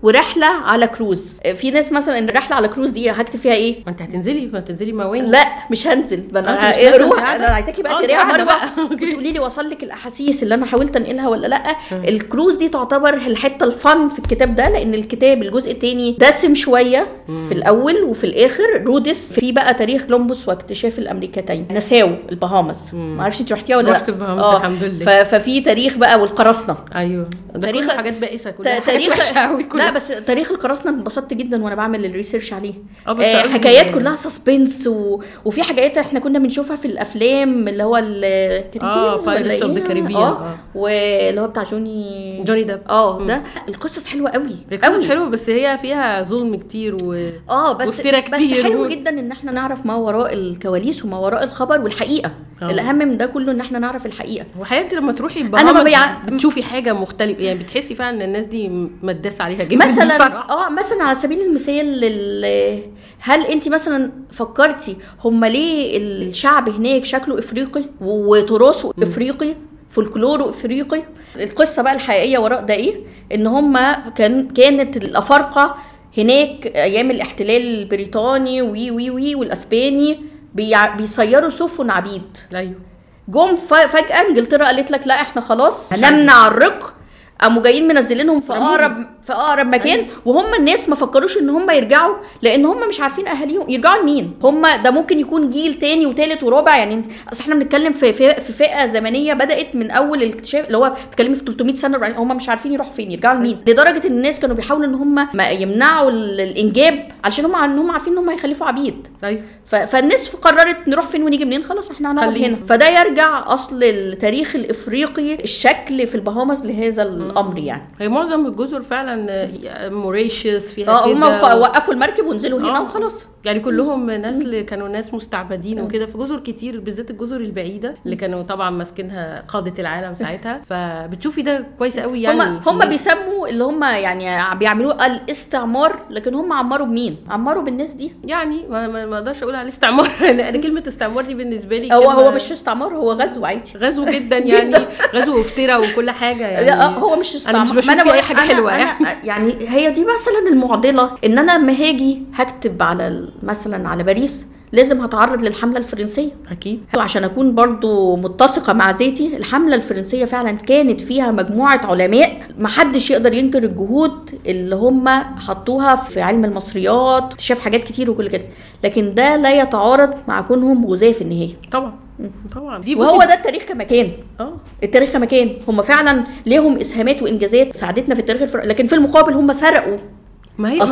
ورحله على كروز. في ناس مثلا ان الرحله على كروز دي هكتب فيها ايه؟ ما انت هتنزلي مواني. لا مش هنزل، انا روح انا عايزاكي بقى تقريها مروه وتقولي لي وصل لك الاحاسيس اللي انا حاولت انقلها ولا لا. الكروز دي تعتبر الحته الفن في الكتاب ده، لان الكتاب الجزء الثاني دسم شويه في الاول وفي الاخر رودس في بقى تاريخ كولومبوس واكتشاف الامريكتين، نساو البهامز. ما اعرفش انت رحتيها ولا لا؟ رحت البهامز الحمد لله. ففي تاريخ بقى والقراصنه. ايوه تاريخ حاجات بائسه كلها، تاريخ لا بس تاريخ القراصنه انبسطت جدا وانا بعمل الريسيرش عليه. حكايات كلها سسبنس وفي حاجات احنا كنا بنشوفها في الافلام اللي هو بايرتس اوف ذا كاريبيان واللي هو بتاع جوني ديب. ده القصص حلوه قوي، القصص حلوه بس هي فيها ظلم كتير بس حلو جدا ان احنا نعرف ما وراء الكواليس وما وراء الخبر والحقيقه. الاهم من ده كله ان احنا نعرف الحقيقه. وحقيقه لما تروحي بتشوفي حاجه مختلفه، يعني بتحسي فعلا ان الناس دي متداس عليها جدا مثلا على سبيل المثال هل انت مثلا فكرتي هم ليه الشعب هناك شكله افريقي وتراثه افريقي، فولكلوره افريقي؟ القصه بقى الحقيقيه وراء ده ايه؟ ان هم كانت الافارقه هناك ايام الاحتلال البريطاني وي والاسباني بيصيروا سفن عبيد. ايوه جم فجاه انجلترا قالت لك لا احنا خلاص هنمنع الرق، قاموا جايين منزلينهم في اقرب مكان. وهم الناس ما فكروش ان هم يرجعوا، لان هم مش عارفين اهاليهم يرجعوا لمين. هم ده ممكن يكون جيل تاني وتالت ورابع، يعني اصل احنا بنتكلم في فئه زمنيه بدات من اول الاكتشاف اللي هو بتتكلمي في 300 سنه. هم مش عارفين يروحوا فين، يرجعوا لمين، لدرجه ان الناس كانوا بيحاولوا ان هم يمنعوا الانجاب علشان هم عارفين ان هم هيخلفوا عبيد. ايوه فالناس قررت نروح فين ونيجي منين، خلاص احنا هنقعد هنا. فده يرجع اصل التاريخ الافريقي الشكل في البهامز لهذا الامر. يعني هي معظم الجزر فعلا موريشيوس فيها كده، هم وقفوا المركب ونزلوا هنا وخلاص. يعني كلهم ناس كانوا ناس مستعبدين وكده. في جزر كتير بالذات الجزر البعيده اللي كانوا طبعا ماسكينها قاده العالم ساعتها، فبتشوفي ده كويس قوي. يعني هم بيسموا اللي هم يعني بيعملوه الاستعمار، لكن هم عمروا بمين؟ عمروا بالناس دي. يعني ما اقدرش اقول على الاستعمار انا كلمه استعمار دي بالنسبه لي هو مش استعمار، هو غزو عادي، غزو جدا يعني غزو وافتراء وكل حاجه. يعني هو مش استعمار، انا مش بشوف اي حاجه حلوه. يعني هي دي مثلا المعضله، ان انا لما هاجي هكتب على مثلا على باريس لازم هتعرض للحملة الفرنسية أكيد. عشان أكون برضو متسقة مع ذاتي. الحملة الفرنسية فعلا كانت فيها مجموعة علماء محدش يقدر ينكر الجهود اللي هم حطوها في علم المصريات، اكتشاف حاجات كتير وكل كده، لكن ده لا يتعارض مع كونهم غزاة في النهاية. طبعا دي وهو ده التاريخ كمكان. التاريخ كمكان هم فعلا ليهم إسهامات وإنجازات ساعدتنا في التاريخ لكن في المقابل هم سرقوا. ما هي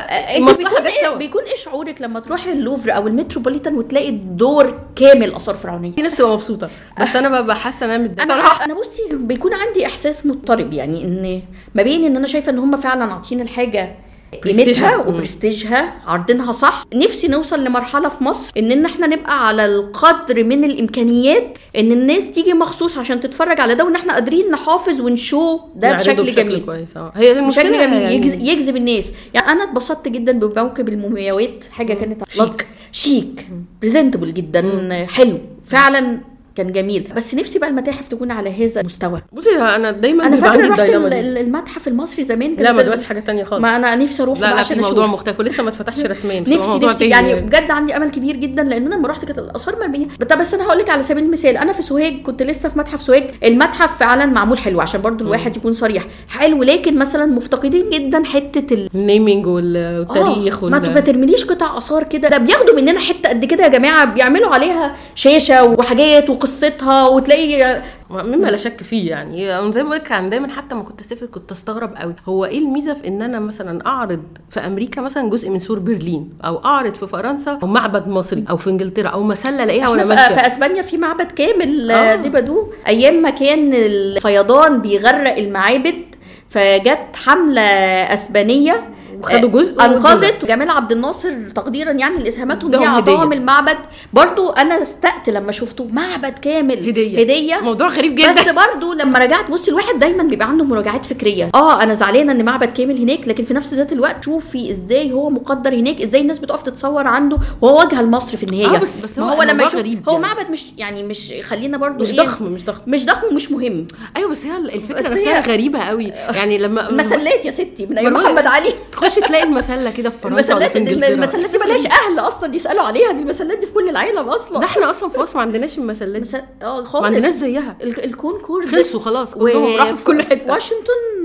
بيكون ايه شعورك لما تروحي اللوفر او المتروبوليتان وتلاقي الدور كامل اثار فرعونيه؟ في ناس تبقى مبسوطه، بس انا ببقى حاسه ان انا متضايقه صراحه. انا بصي بيكون عندي احساس مضطرب، يعني ان ما بين ان انا شايفه ان هم فعلا عاطين الحاجه قيمتها وبرستيجها عارضينها صح. نفسي نوصل لمرحله في مصر ان احنا نبقى على القدر من الامكانيات ان الناس تيجي مخصوص عشان تتفرج على ده، وان احنا قادرين نحافظ ونشو ده بشكل جميل كويس. هي المشكله يعني يجذب الناس. يعني انا اتبسطت جدا بموكب المومياوات، حاجه كانت شيك بريزنتبل جدا، حلو فعلا كان جميل. بس نفسي بقى المتاحف تكون على هذا المستوى. بصي انا دايما انا فاكره رحت المتحف المصري زمان. لا ما دلوقتي حاجه تانية خالص. ما انا نفسي اروح لا عشان الموضوع مختلف ولسه ما اتفتحش رسميا. نفسي يعني بجد عندي امل كبير جدا، لان انا لما رحت كانت الاثار مرميه. بس انا هقول لك على سبيل المثال، انا في سوهاج كنت لسه في متحف سوهاج. المتحف فعلا معمول حلو عشان برضو الواحد يكون صريح حلو، لكن مثلا مفتقدين جدا حته النيمينج والتاريخ ما ترميليش قطع اثار كده. ده بياخدوا مننا حته قد كده يا جماعه، بيعملوا عليها شاشه وحاجات وقصتها وتلاقي مما لا شك فيه. يعني زي ما قلت كان دايما حتى ما كنت اسافر كنت استغرب قوي هو ايه الميزه في ان انا مثلا اعرض في امريكا مثلا جزء من سور برلين، او اعرض في فرنسا او معبد مصري، او في انجلترا او مسله الاقيها وانا ماشيه. في اسبانيا في معبد كامل ديبادو ايام ما كان الفيضان بيغرق المعابد، فجت حمله اسبانيه وخدوا جزء انقذت. وجمال عبد الناصر تقديرا يعني لاسهاماتهم دي عطاهم المعبد. برضو انا استقت لما شفته معبد كامل هديه. موضوع غريب جدا. بس برضو لما رجعت بصي الواحد دايما بيبقى عنده مراجعات فكريه. انا زعلانه ان معبد كامل هناك، لكن في نفس ذات الوقت شوفي ازاي هو مقدر هناك، ازاي الناس بتقف تتصور عنده وهو واجهه لمصر في النهايه. بس هو لما يشوف هو معبد مش خلينا برضو مش ضخم ومش مهم. ايوه بس هي الفكره نفسها غريبه قوي. يعني لما مسلات يا ستي من ايام محمد علي تخش تلاقي المسله كده في فرنسا ولا في انجلترا. المسلات دي بلاش اهل اصلا يسالوا عليها، دي المسلات دي في كل العالم اصلا. ده احنا اصلا في مصر ما عندناش المسلات خالص، ما عندناش زيها. الكونكورد خلصوا خلاص كلهم راحوا في كل حته. في واشنطن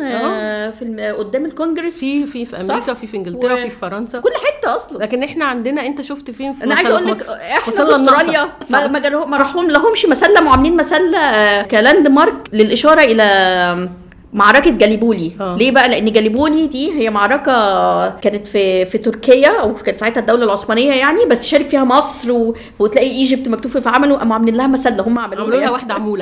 في قدام الكونجرس، في امريكا، في انجلترا، في فرنسا، كل حته اصلا. لكن احنا عندنا انت شفت فين؟ في انا عايزه اقول لك احنا في استراليا ما راحوا لهمش مسله، وعاملين مسله كلاند مارك للاشاره الى معركة جاليبولي. ليه بقى؟ لأن جاليبولي دي هي معركة كانت في تركيا، أو كانت ساعتها الدولة العثمانية يعني، بس شارك فيها مصر وتلاقي إيجيبت مكتوب في عملوا، أما عاملين لها مسلة، هم عملوا لها واحدة عمولة.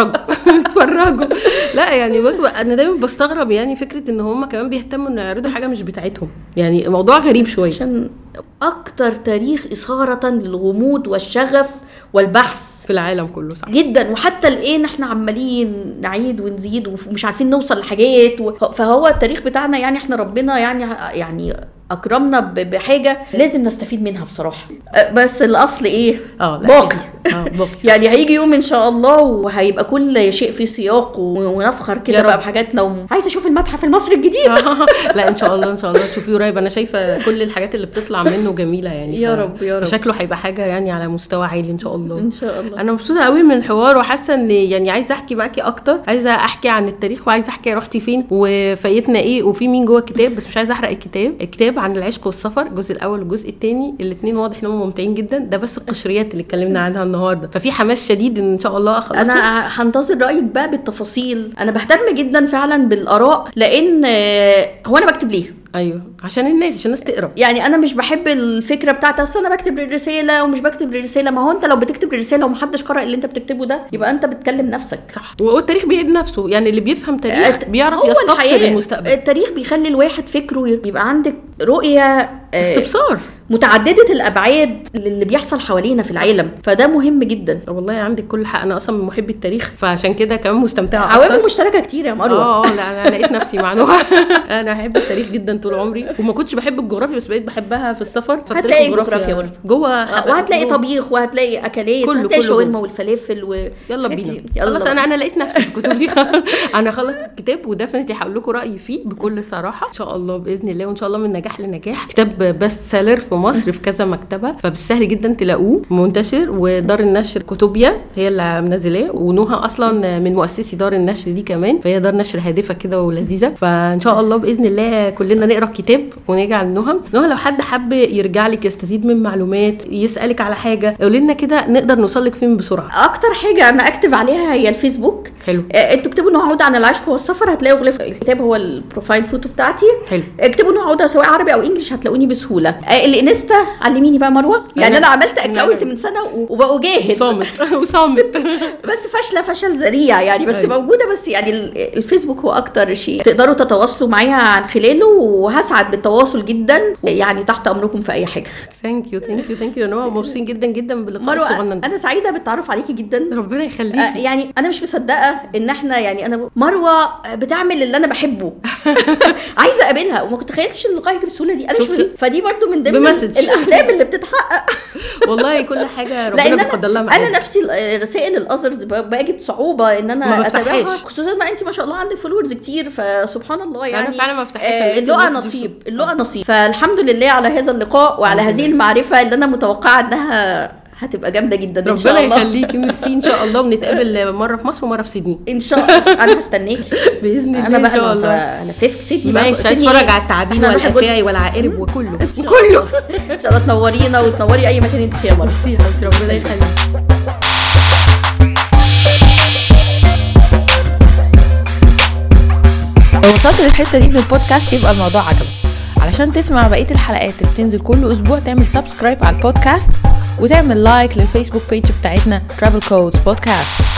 اتفرجوا. لا يعني أنا دايما بستغرب يعني فكرة إن هم كمان بيهتموا إن يعرضوا حاجة مش بتاعتهم. يعني موضوع غريب شوية، عشان أكتر تاريخ إثارة للغموض والشغف والبحث في العالم كله صح جدا. وحتى الآن احنا عمالين نعيد ونزيد ومش عارفين نوصل لحاجات فهو التاريخ بتاعنا يعني احنا ربنا يعني أكرمنا بحاجة لازم نستفيد منها بصراحة. بس الأصل إيه؟ باقي. يعني هيجي يوم إن شاء الله وهيبقى كل شيء في سياق ونفخر كده بقى بحاجاتنا. عايزة أشوف المتحف المصري الجديد. لا إن شاء الله تشوفيه قريب. أنا شايفة كل الحاجات اللي بتطلع منه جميلة يعني. يا رب شكله هيبقى حاجة يعني على مستوى عالي إن شاء الله. إن شاء الله. أنا مبسوطة قوي من الحوار، وحاسة إن يعني عايزة أحكي معاكي أكتر، عايزة أحكي عن التاريخ، وعايزة أحكي رحتي فين وفايتنا إيه وفي مين جوه الكتاب. بس مش عايزة أحرق الكتاب عن العشق والسفر، الجزء الاول والجزء الثاني، الاثنين واضح انهم ممتعين جدا. ده بس القشريات اللي اتكلمنا عنها النهارده، ففي حماس شديد ان شاء الله اخلصه. انا هنتظر رايك بقى بالتفاصيل. انا بهتم جدا فعلا بالاراء، لان هو انا بكتب ليه؟ ايوه عشان الناس تقرا. يعني انا مش بحب الفكره بتاعت اصل انا بكتب الرساله ومش بكتب الرساله. ما هو انت لو بتكتب الرساله ومحدش قرأ اللي انت بتكتبه ده يبقى انت بتكلم نفسك. صح. والتاريخ بيعيد نفسه. يعني اللي بيفهم تاريخ بيعرف يستبصر المستقبل. التاريخ بيخلي الواحد فكره يبقى عندك رؤيه استبصار متعدده الابعاد اللي بيحصل حوالينا في العالم. فده مهم جدا. والله عندك كل حق. انا اصلا من محبي التاريخ، فعشان كده كمان مستمتعه اكتر. عوامل مشتركه كتير يا مروه. لا انا لقيت نفسي مع نوع. انا بحب التاريخ جدا طول عمري، وما كنتش بحب الجغرافيا بس بقيت بحبها في السفر. هتلاقي جغرافيا برضه جوه وهتلاقي طبيخ وهتلاقي اكلات، هتلاقي شاورما والفلافل يلا بينا. خلاص انا لقيت نفسي في الكتب دي. انا خلصت الكتاب ودفنتي هقول لكم رايي فيه بكل صراحه ان شاء الله باذن الله، وان شاء الله من نجاح لنجاح. كتاب بست سيلر في مصر في كذا مكتبه، فبالسهل جدا تلاقوه منتشر. ودار النشر كتوبيا هي اللي منزلاه، ونوها اصلا من مؤسسي دار النشر دي كمان، فهي دار نشر هادفه كده ولذيذه. فان شاء الله باذن الله كلنا نقرا كتاب ونرجع لنوها. لو حد حب يرجع لك يستزيد من معلومات، يسالك على حاجه، قولي لنا كده نقدر نوصلك فين بسرعه. اكتر حاجه انا اكتب عليها هي الفيسبوك. حلو. انتوا اكتبوا نوع عوده عن العشق والسفر، هتلاقوا غلاف الكتاب هو البروفايل فوتو بتاعتي. حلو. اكتبوا نوع عوده سواء عربي او انجليش هتلاقوني بسهوله. الانستا علميني بقى مروه. يعني انا عملت اكونت من سنه وبقوا جاهد وصامت بس فشل ذريع يعني. بس موجوده. بس يعني الفيسبوك هو اكتر شيء تقدروا تتواصلوا معايا عن خلاله، وهسعد بالتواصل جدا. يعني تحت امركم في اي حاجه. ثانك يو انا مبسوطين جدا جدا باللقاء الصغنن ده. انا سعيده بالتعرف عليكي جدا. ربنا يخليكي. يعني انا مش مصدقه ان احنا يعني انا مروه بتعمل اللي انا بحبه. عايزه اقابلها وما كنت تخيلتش ان اللقاء يجي بالسهوله دي. انا مش فدي برضو من ضمن الاحلام اللي بتتحقق. والله كل حاجه ربنا بيقدر لها معانا. انا نفسي رسائل الاذرز بجد صعوبه ان انا اتابعها، خصوصا ما انت ما شاء الله عندك فولورز كتير، فسبحان الله يعني. انا فعلا ما افتحش. اللقاء نصيب. فالحمد لله على هذا اللقاء وعلى هذه المعرفه اللي انا متوقعه انها هتبقى جامده جدا ان شاء الله. ربنا يخليكي. ميرسي ان شاء الله. ونتقابل مره في مصر ومره في سيدني ان شاء الله. انا هستناكي باذن الله. انا ان شاء الله الفت في سيدني بقى. مش عايز اتفرج على التعابين والافاعي والعقارب وكله ان شاء الله. تنورينا وتنوري اي مكان انت فيه. ميرسي ربنا يخليكي. لو وصلت للحته دي من البودكاست يبقى الموضوع عجبك. علشان تسمع بقيه الحلقات اللي بتنزل كل اسبوع تعمل سبسكرايب على البودكاست، وتعمل لايك للفيسبوك بيج بتاعتنا Travel Codes Podcast.